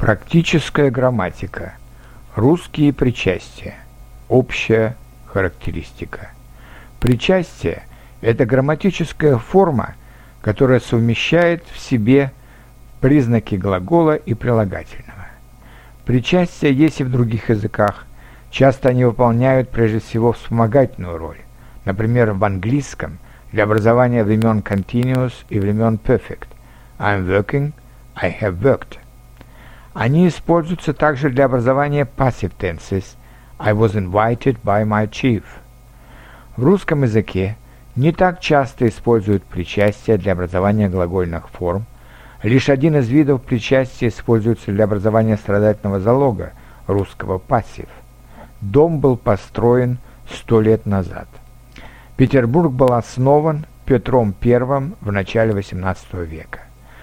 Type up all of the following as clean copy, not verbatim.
Практическая грамматика. Русские причастия. Общая характеристика. Причастие – это грамматическая форма, которая совмещает в себе признаки глагола и прилагательного. Причастия есть и в других языках. Часто они выполняют прежде всего вспомогательную роль. Например, в английском для образования времен continuous и времен perfect. I'm working, I have worked. Они используются также для образования passive tenses. I was invited by my chief. В русском языке не так часто используют причастие для образования глагольных форм. Лишь один из видов причастия используется для образования страдательного залога, русского пассив. Дом был построен 100 лет назад. Петербург был основан Петром I в начале XVIII века.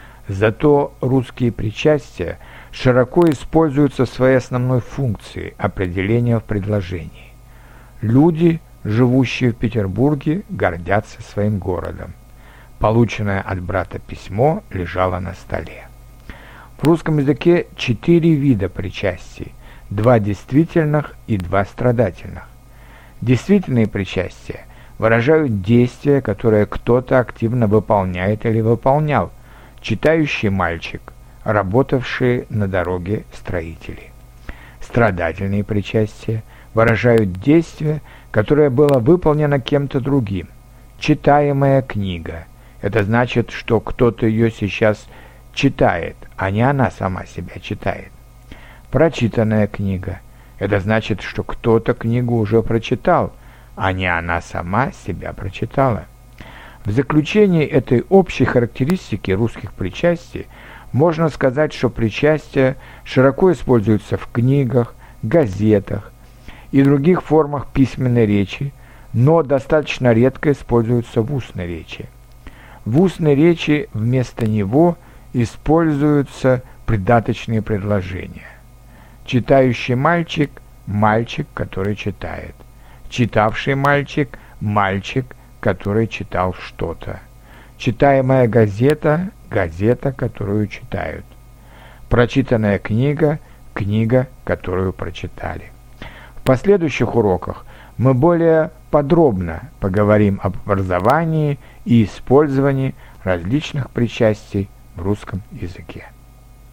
Зато русские причастия широко используются в своей основной функции определения в предложении. Люди, живущие в Петербурге, гордятся своим городом. Полученное от брата письмо лежало на столе. В русском языке 4 вида причастий, 2 действительных и 2 страдательных. Действительные причастия выражают действие, которое кто-то активно выполняет или выполнял. Читающий мальчик, работавшие на дороге строители. Страдательные причастия выражают действие, которое было выполнено кем-то другим. Читаемая книга – это значит, что кто-то ее сейчас читает, а не она сама себя читает. Прочитанная книга – это значит, что кто-то книгу уже прочитал, а не она сама себя прочитала. В заключении этой общей характеристики русских причастий можно сказать, что причастия широко используются в книгах, газетах и других формах письменной речи, но достаточно редко используются в устной речи. В устной речи вместо него используются придаточные предложения. Читающий мальчик – мальчик, который читает. Читавший мальчик – мальчик, который читал что-то. Читаемая газета – газета, которую читают. Прочитанная книга – книга, которую прочитали. В последующих уроках мы более подробно поговорим об образовании и использовании различных причастий в русском языке.